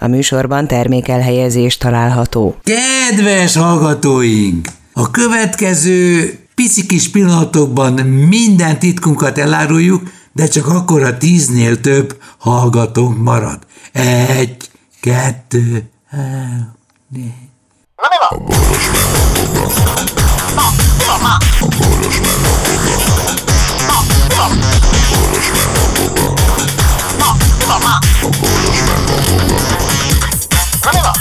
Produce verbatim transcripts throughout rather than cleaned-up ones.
műsorban termékelhelyezés található. Kedves hallgatóink! A következő pici kis pillanatokban minden titkunkat eláruljuk, de csak akkor a tíznél több hallgatónk marad. Egy, kettő, három, négy. Na mi van? A boros meg a boga. Na, mi van már? A boros meg a boga. Na, mi van? A boros meg a boga. Na, mi van már? A boros meg a boga. Na mi van?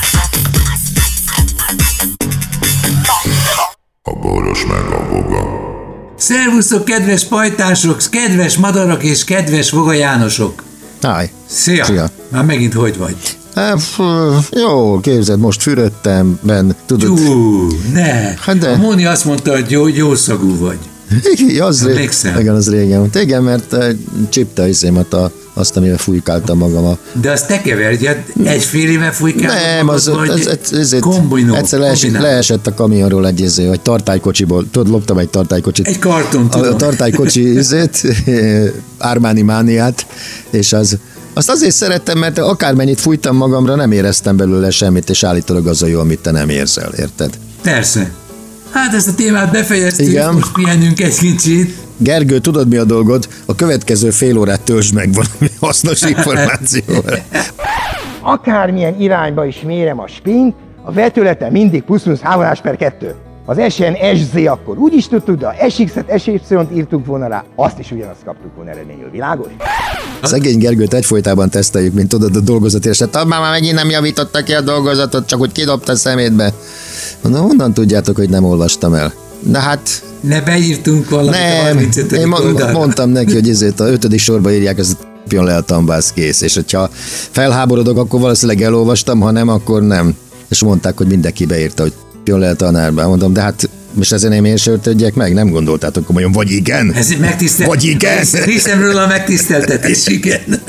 Na, mi van? A boros meg a boga. Szervusztok, kedves pajtások, kedves madarak és kedves Voga Jánosok! Háj! Szia! Szia! Már megint hogy vagy? Hát, jó, képzeld, most fürödtem, ben, tudod... Jú, ne! Hát de... A Móni azt mondta, hogy jó, jó szagú vagy. Igen, az, ré... igen, az régen volt. Igen, mert csipte izémet a, azt, amivel fújkáltam magam a... De azt te keverjed, egy fél éve fújkáltam Nem, magad, az, vagy ez, ez, ez kombinó, egyszer leesett, leesett a kamionról egy izé, vagy tartálykocsiból, tudod, loptam egy tartálykocsit. Egy karton, tudom. A, a tartálykocsi izét, Armani mániát, és az... Azt azért szerettem, mert akármennyit fújtam magamra, nem éreztem belőle semmit, és állítólag az a jó, amit te nem érzel, érted? Persze. Hát ezt a témát befejeztük, igen. Most pihenünk egy kicsit. Gergő, tudod mi a dolgod? A következő fél órát töltsd meg valami hasznos információval. Akármilyen irányba is mérem a spint, a vetülete mindig plusz-minusz három per kettő. Az es en es zé akkor úgy is tudtuk, de a es iksz-et, es ipszilont írtuk volna rá, azt is ugyanazt kaptuk volna eredményül. Világos? Szegény Gergőt egyfolytában teszteljük, mint tudod a dolgozatért. Már már megint nem javította ki a dolgozatot, csak úgy kidobta a szemétbe. Na, honnan tudjátok, hogy nem olvastam el? De hát... Ne beírtunk valamit nem, a harmincötödik én oldalra. Mondtam neki, hogy ezért a ötödik sorba írják, ez jön le a tambász, kész. És hogyha felháborodok, akkor valószínűleg elolvastam, ha nem, akkor nem. És mondták, hogy mindenki beírta, hogy jön le a tanárba. Mondom, de hát most ezen én sértődjek meg? Nem gondoltátok komolyan, vagy igen? Ez megtisztel... Vagy igen? Részemről a megtiszteltetés, igen.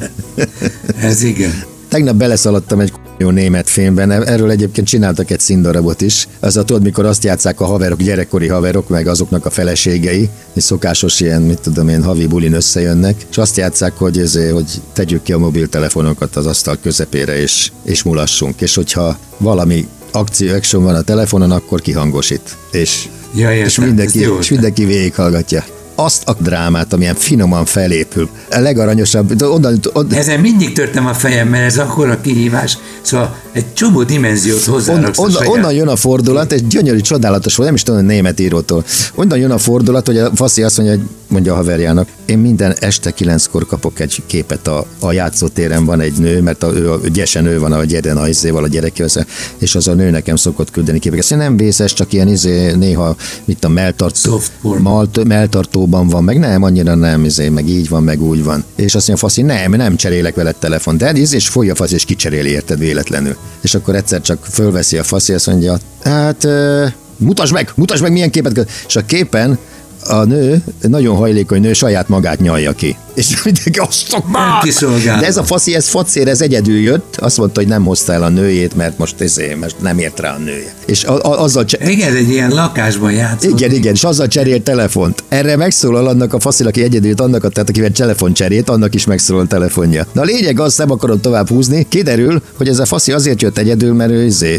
Ez igen. Tegnap beleszaladtam egy jó német filmben, erről egyébként csináltak egy színdarabot is. Az a tudod, mikor azt játsszák a haverok, gyerekkori haverok, meg azoknak a feleségei, és szokásos ilyen, mit tudom én, havi bulin összejönnek, és azt játsszák, hogy, ezért, hogy tegyük ki a mobiltelefonokat az asztal közepére, és, és mulassunk. És hogyha valami akció, action van a telefonon, akkor kihangosít. És, ja, értem, és, mindenki, és mindenki végighallgatja. Azt a drámát, amilyen finoman felépül. A legaranyosabb... Onnan, onnan, Ezen mindig törtem a fejem, mert ez akkora kihívás. Szóval egy csomó dimenziót hozzáraksz on, on, Onnan jön a fordulat, egy gyönyörű, csodálatos volt, nem is tudom, hogy német írótól. Onnan jön a fordulat, hogy a faszi azt mondja, hogy mondja a haverjának, én minden este kilenckor kapok egy képet a, a játszótéren, van egy nő, mert a, ő, a gyesen ő van a gyeren a izéval, a gyerekével, és az a nő nekem szokott küldeni képeket. Ezt nem vészes, csak ilyen izé, néha, mit a melltartó, malt, melltartóban van, meg nem, annyira nem, izé, meg így van, meg úgy van. És azt mondja, faszi, nem, nem cserélek veled telefon, de izé, és folyja a faszi, és kicseréli, érted, véletlenül. És akkor egyszer csak fölveszi a faszi, azt mondja, hát uh, mutasd meg, mutasd meg, milyen képet, és a képen a nő, nagyon hajlékony nő, saját magát nyalja ki. És mindenki azt mondja, de ez a faszi, ez facér, ez egyedül jött, azt mondta, hogy nem hozta el a nőjét, mert most ezért, mert nem ért rá a nője. És a, a, azzal cser... Igen, egy ilyen lakásban játszott. Igen, igen, és azzal cserélt telefont. Erre megszólal annak a faszi, aki egyedül jött, annak, tehát akivel telefon cserélt, annak is megszólal a telefonja. Na a lényeg az, nem akarom tovább húzni, kiderül, hogy ez a faszi azért jött egyedül, mert ő izé,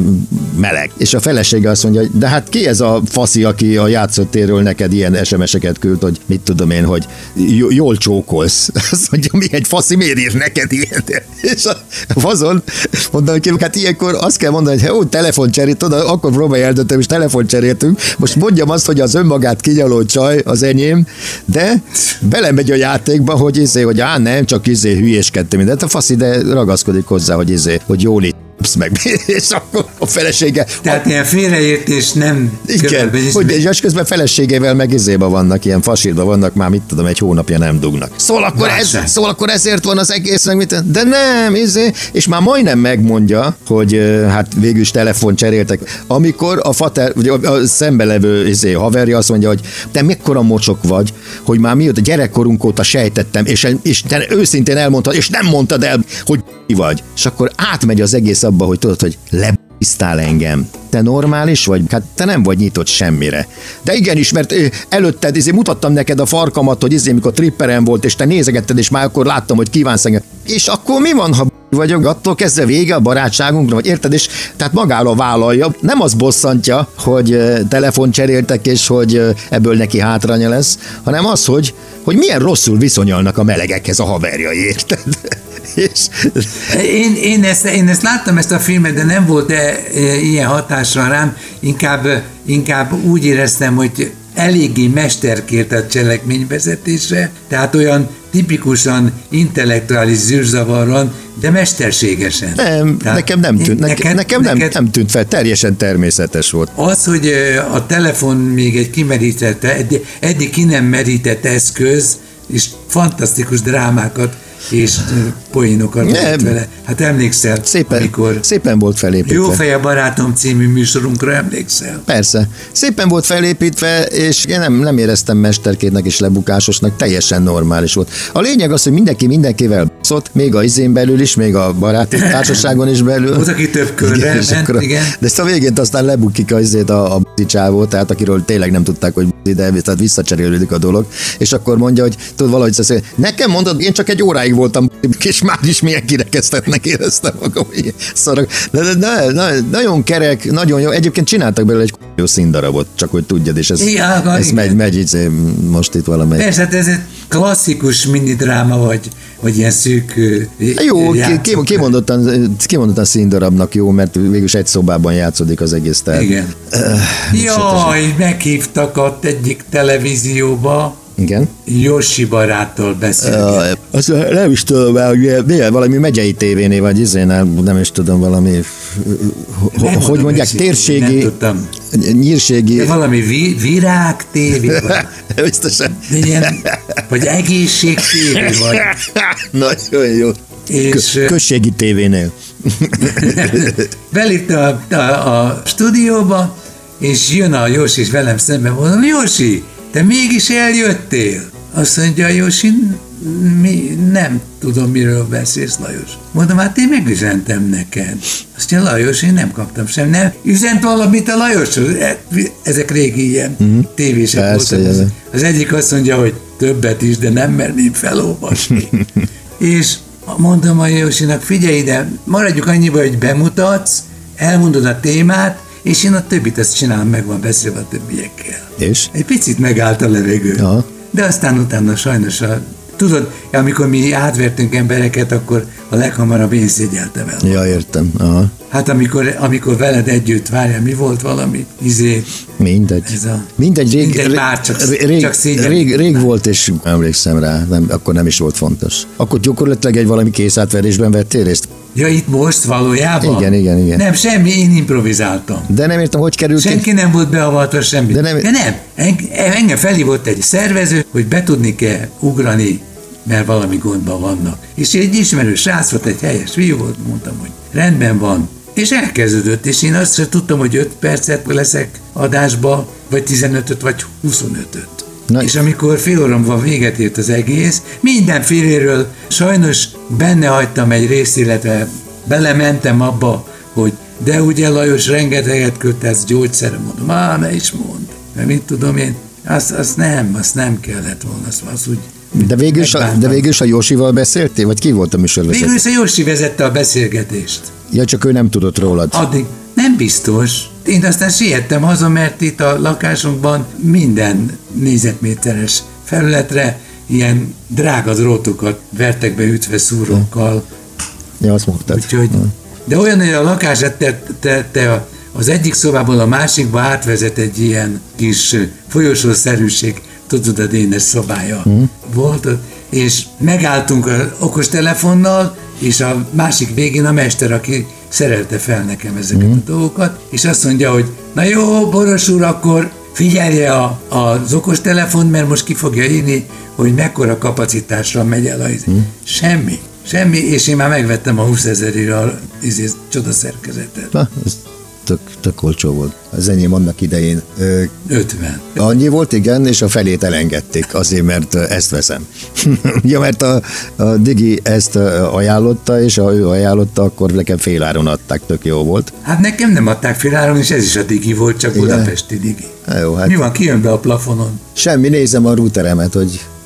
meleg. És a felesége azt mondja, hogy de hát ki ez a faszi, aki a játszótérről neked ilyen es em es-eket küld, hogy mit tudom én, hogy jól csókolsz. Azt mondja, mi egy faszi, miért ír neked ilyen? És a fazon mondom, hogy hát ilyenkor azt kell mondani, hogy jó, telefoncserét, oda, akkor próbálj eldöntöm, és telefoncseréltünk. Most mondjam azt, hogy az önmagát kinyaló csaj az enyém, de belemegy a játékba, hogy izé, hogy á, nem, csak izé hülyéskedtem mindent. A faszi, de ragaszkodik hozzá, hogy izé, hogy jól itt meg, és akkor a felesége... Tehát a... ilyen félreértés nem... Igen, hogy, és közben feleségével meg izéba vannak, ilyen fasírba vannak, már mit tudom, egy hónapja nem dugnak. Szóval akkor, ez, szóval akkor ezért van az egész, meg mit, de nem, izé, és már majdnem megmondja, hogy hát végül is telefon cseréltek. Amikor a fater, vagy a, a szembelevő izé, haverja azt mondja, hogy te mekkora mocsok vagy, hogy már mióta gyerekkorunk óta sejtettem, és, és te őszintén elmondtad, és nem mondtad el, hogy ki vagy. És akkor átmegy az egész abba, hogy tudod, hogy lebiztál engem. Te normális vagy? Hát te nem vagy nyitott semmire. De igenis, mert előtted izé, mutattam neked a farkamat, hogy izé, mikor tripperen volt, és te nézegetted, és már akkor láttam, hogy kívánsz engem. És akkor mi van, ha vagyok, attól kezdve vége a barátságunkra, vagy érted, és tehát magára vállalja, nem az bosszantja, hogy telefon cseréltek, és hogy ebből neki hátránya lesz, hanem az, hogy, hogy milyen rosszul viszonyolnak a melegekhez a haverjai, érted? És... Én, én, ezt, én ezt láttam, ezt a filmet, de nem volt e, e, ilyen hatással rám, inkább, inkább úgy éreztem, hogy eléggé mesterkért a cselekményvezetésre, tehát olyan tipikusan intellektuális zűrzavarran, de mesterségesen. Nem, tehát nekem nem tűnt, neked, nekem neked, nem, nem tűnt fel, teljesen természetes volt. Az, hogy a telefon még egy kimerített, eddig, eddig ki nem merített eszköz, és fantasztikus drámákat és poénokat lehet vele. Hát emlékszel, szépen, amikor szépen volt felépítve. Jó feje barátom című műsorunkra emlékszel? Persze. Szépen volt felépítve, és én nem, nem éreztem mesterkétnek és lebukásosnak, teljesen normális volt. A lényeg az, hogy mindenki mindenkivel szólt, még a izén belül is, még a baráti társaságon is belül. Az, aki több körre ment, akkor, igen. De ezt a végén aztán lebukik a izét a, a csávó, tehát akiről tényleg nem tudták, hogy de tehát visszacserélődik a dolog, és akkor mondja, hogy tudod, valahogy szeszél, nekem mondod, én csak egy óráig voltam, és már is milyen kirekesztettnek éreztem magam, hogy szarok. De, de, de, de, nagyon kerek, nagyon jó. Egyébként csináltak belőle egy jó színdarabot, csak hogy tudjad, és ez, ja, ez megy, megy így, most itt valamelyik. Persze, hát ez egy klasszikus minidráma, vagy, vagy ilyen szűk jó, kimondottan, kimondottan színdarabnak jó, mert végülis egy szobában játszódik az egész. Tehát, igen. Uh, Jaj, meghívtak ott egyik televízióba, igen. Josi baráttal beszélgetni. Uh, azt nem is tudom, hogy milyen, valami megyei tévénél, vagy izénál, nem is tudom, valami, nem hogy tudom, mondják, térségi, nyírségi. De valami vi, virág tévé, vagy, biztosan. Ilyen, vagy egészség tévé, vagy. Nagyon jó. És, községi tévénél. Belépte a, a, a stúdióba, és jön a Josi, és velem szemben mondom, Josi, te mégis eljöttél? Azt mondja, Josi, mi, nem tudom, miről beszélsz, Lajos. Mondom, hát én megüzentem neked. Azt mondja, Lajos, én nem kaptam sem. Nem, üzent valamit a Lajoshoz. Ezek régi ilyen mm-hmm. tévések voltak. Az, az egyik azt mondja, hogy többet is, de nem merném felolvasni. És mondom a Josinak, figyelj ide, maradjuk annyiba, hogy bemutatsz, elmondod a témát, és én a többit azt csinálom, meg van beszélve a többiekkel. És? Egy picit megállt a levegő. Aha. De aztán utána sajnos a, tudod, amikor mi átvertünk embereket, akkor a leghamarabb én szégyeltem el. Ja, értem. Aha. Hát amikor, amikor veled együtt, várjál, mi volt valami? Izé, mindegy. Ez a, mindegy, rég, mindegy már csak, rég, csak rég, rég volt, és emlékszem rá, nem, akkor nem is volt fontos. Akkor gyakorlatilag egy valami készátverésben vettél részt? Ja, itt most valójában? Igen, igen, igen. Nem, semmi, én improvizáltam. De nem értem, hogy került. Senki nem volt beavatva, semmi. De nem, De nem. engem felhívott egy szervező, hogy be tudni-e ugrani, mert valami gondban vannak. És egy ismerős srác volt, egy helyes fiú volt, mondtam, hogy rendben van. És elkezdődött, és én azt sem tudtam, hogy öt percet leszek adásba, vagy tizenötöt, vagy huszonötöt. Na. És amikor fél óramban véget ért az egész, mindenféléről sajnos benne hagytam egy részt, illetve belementem abba, hogy de ugye Lajos rengeteget kötesz gyógyszerre, mondom, á, ne is mondd, mert mit tudom én, azt, azt nem, azt nem kellett volna, azt, azt úgy De végül, is a, de végül is a Josival beszéltél, vagy ki volt a műsorvezető? Végül is a Josi vezette a beszélgetést. Ja, csak ő nem tudott rólad. Addig nem biztos. Én aztán siettem haza, mert itt a lakásunkban minden négyzetméteres felületre ilyen drága drótokat vertek be ütve szúrókkal. Ja, azt mondtad. Úgyhogy, de olyan, hogy a lakását te, te, te az egyik szobából a másikba átvezet egy ilyen kis folyosószerűség, tudod, a Dénes szobája mm. volt, és megálltunk az okostelefonnal, és a másik végén a mester, aki szerelte fel nekem ezeket mm. a dolgokat, és azt mondja, hogy na jó, Boros úr, akkor figyelje a, az okostelefon, mert most ki fogja írni, hogy mekkora kapacitással megy el az. Mm. Semmi, semmi, és én már megvettem a húszezerére a csodaszerkezetet. Na, ez tök, tök olcsó volt. Az enyém annak idején. Ö, ötven. Annyi volt, igen, és a felét elengedték azért, mert ezt veszem. Ja, mert a, a Digi ezt ajánlotta, és ha ő ajánlotta, akkor nekem féláron adták, tök jó volt. Hát nekem nem adták féláron, és ez is a Digi volt, csak igen. Budapesti Digi. Jó, hát mi van, ki jön be a plafonon? Semmi, nézem a routeremet, hogy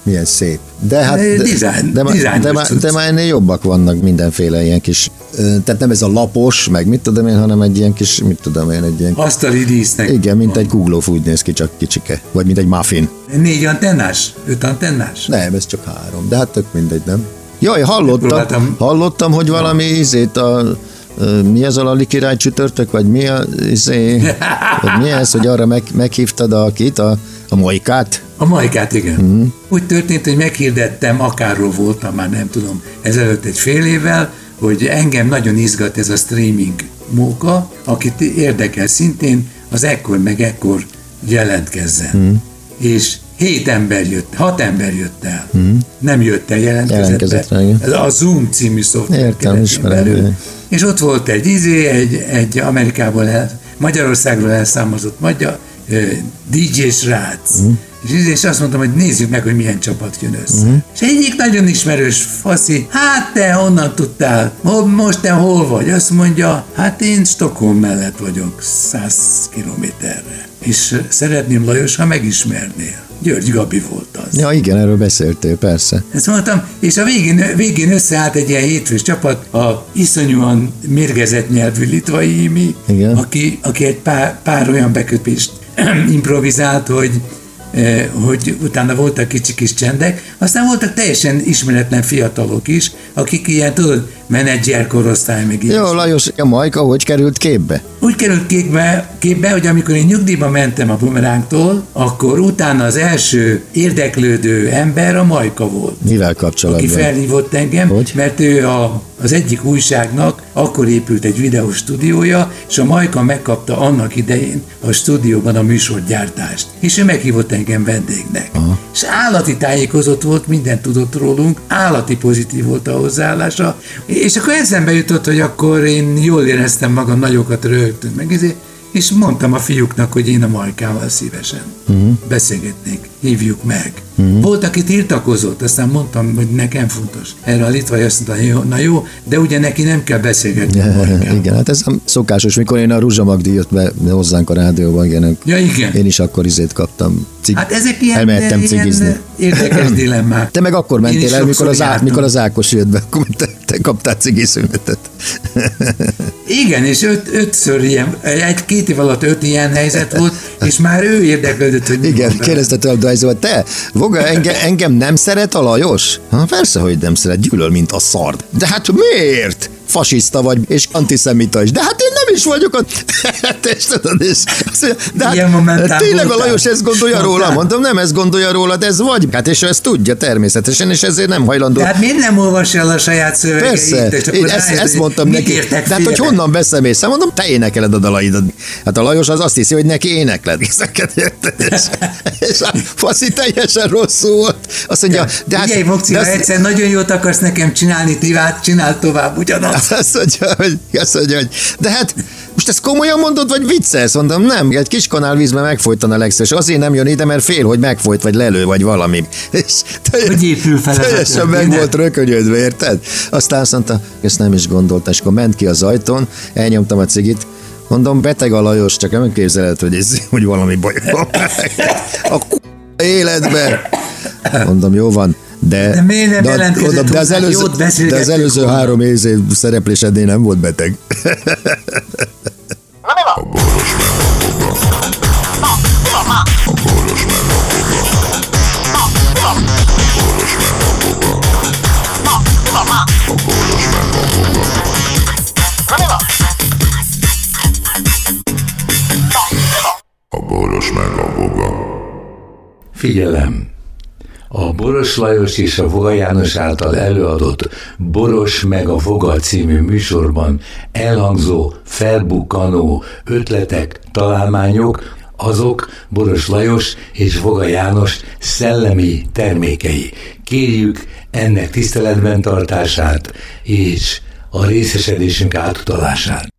milyen szép. De hát, De, de, design, de, design de, de, de már ennél jobbak vannak mindenféle ilyen kis, tehát nem ez a lapos, meg mit tudom én, hanem egy ilyen kis, mit tudom én, egy ilyen... Asztali dísznek. Igen, mint egy guglóf úgy néz ki, csak kicsike. Vagy mint egy muffin. Négy antennás? Öt antennás? Nem, ez csak három, de hát tök mindegy, nem? Jaj, hallottam, Próbáltam. hallottam, hogy valami ízét a mi az a Lali király csütörtök, vagy mi a, izé, vagy mi ez, hogy arra meg, meghívtad a kit, a, a Majkát? A Majkát, igen. Mm. Úgy történt, hogy meghirdettem, akárról voltam már nem tudom, ezelőtt egy fél évvel, hogy engem nagyon izgat ez a streaming móka, akit érdekel szintén, az ekkor meg ekkor jelentkezzen. Mm. És hét ember jött, hat ember jött el. Mm. Nem jött el, jelentkezett be. A Zoom című szoftver keretén belül. És ott volt egy izé, egy, egy Amerikából, el, Magyarországról elszámozott magyar dé dzsé srác. Mm. És, és azt mondtam, hogy nézzük meg, hogy milyen csapat jön össze. Mm. És egyik nagyon ismerős faszi, hát te honnan tudtál? Most te hol vagy? Azt mondja, hát én Stockholm mellett vagyok, száz kilométerre. És szeretném, Lajos, ha megismernél. György Gabi volt az. Ja, igen, erről beszéltél, persze. Ezt mondtam, és a végén, végén összeállt egy ilyen hétfős csapat, a iszonyúan mérgezett nyelvű litvai Imi, aki, aki egy pár, pár olyan beköpést improvizált, hogy hogy utána voltak kicsi kis csendek, aztán voltak teljesen ismeretlen fiatalok is, akik ilyen, tudod, menedzser korosztály, meg Jó, is. Lajos, a Majka hogy került képbe? Úgy került képbe, képbe, hogy amikor én nyugdíjba mentem a Bumerángtól, akkor utána az első érdeklődő ember a Majka volt. Mivel kapcsolatban? Aki felhívott engem, hogy? Mert ő a, az egyik újságnak akkor épült egy videóstúdiója, és a Majka megkapta annak idején a stúdióban a műsorgyártást. És ő meghívott engem vendégnek. Aha. És állati tájékozott volt, mindent tudott rólunk, állati pozitív volt a hozzáállása, és akkor eszembe jutott, hogy akkor én jól éreztem magam, nagyokat rögtünk meg, és mondtam a fiúknak, hogy én a Majkával szívesen uh-huh. beszélgetnék, hívjuk meg. Uh-huh. Volt, aki tiltakozott, aztán mondtam, hogy nekem fontos. Erre a litvai azt mondta, jó, na jó, de ugye neki nem kell beszélgetni a Majkával. Igen, hát ez szokásos, mikor én a Ruzsa Magdi jött be hozzánk a rádióban, igen, ja, igen. Én is akkor izét kaptam. Cig... Hát ezek ilyen, elmehettem cigizni. Érdekes dilemmák. Te meg akkor mentél el, mikor az, Á, mikor az Ákos jött be, akkor te, te kaptál cigiszünetet. Igen, és öt, ötször ilyen, egy-két év alatt öt ilyen helyzet volt, és már ő érdeklődött, hogy igen, kérdezte tőlem, hogy te, Voga, engem, engem nem szeret a Lajos? Ha, persze, hogy nem szeret, gyűlöl, mint a szard. De hát miért? Fasiszta vagy, és antiszemita is. De hát én nem is vagyok a... és tudod, és... De hát tényleg a Lajos ezt gondolja róla? Mondom, nem ezt gondolja rólad, ez vagy. Hát és ő ezt tudja természetesen, és ezért nem hajlandó. De hát miért nem olvas el a saját szövegeit? Persze, én ezt, ezt mondtam neki. De hát, hogy honnan veszem észre? Mondom, te énekeled a dalaidat. Hát a Lajos az azt hiszi, hogy neki énekled ezeket, érted? És, és a faszi teljesen rosszul volt. Azt mondja, de hát... Figyelj, Mokci, ha egyszer nagyon jót akarsz nekem csinálni, Tivát, csinál tovább ugyanaz. Azt mondja, hogy, azt mondja, hogy de hát most ezt komolyan mondod, vagy viccelsz? Mondom, nem, egy kis kanálvízben megfojtan a legször, és azért nem jön ide, mert fél, hogy megfojt, vagy lelő, vagy valami. És hogy épül fel teljesen meg volt rökönyödve, érted? Aztán azt mondta, ezt nem is gondolta, és akkor ment ki az ajtón, elnyomtam a cigit, mondom, beteg a Lajos, csak nem képzeled, hogy, ez, hogy valami baj van. A k*** életben. Mondom, jó van. De, de miért nem de, jelentkezett de, az előző, de az előző volna. három év szereplésednél nem volt beteg. Na mi van? A boros meg a boba. A boros meg a boba. A boros meg a boba. Na mi van? A boros meg a boba. Figyelem! A Boros Lajos és a Voga János által előadott Boros meg a Voga című műsorban elhangzó, felbukkanó ötletek, találmányok, azok Boros Lajos és Voga János szellemi termékei. Kérjük ennek tiszteletben tartását és a részesedésünk átutalását.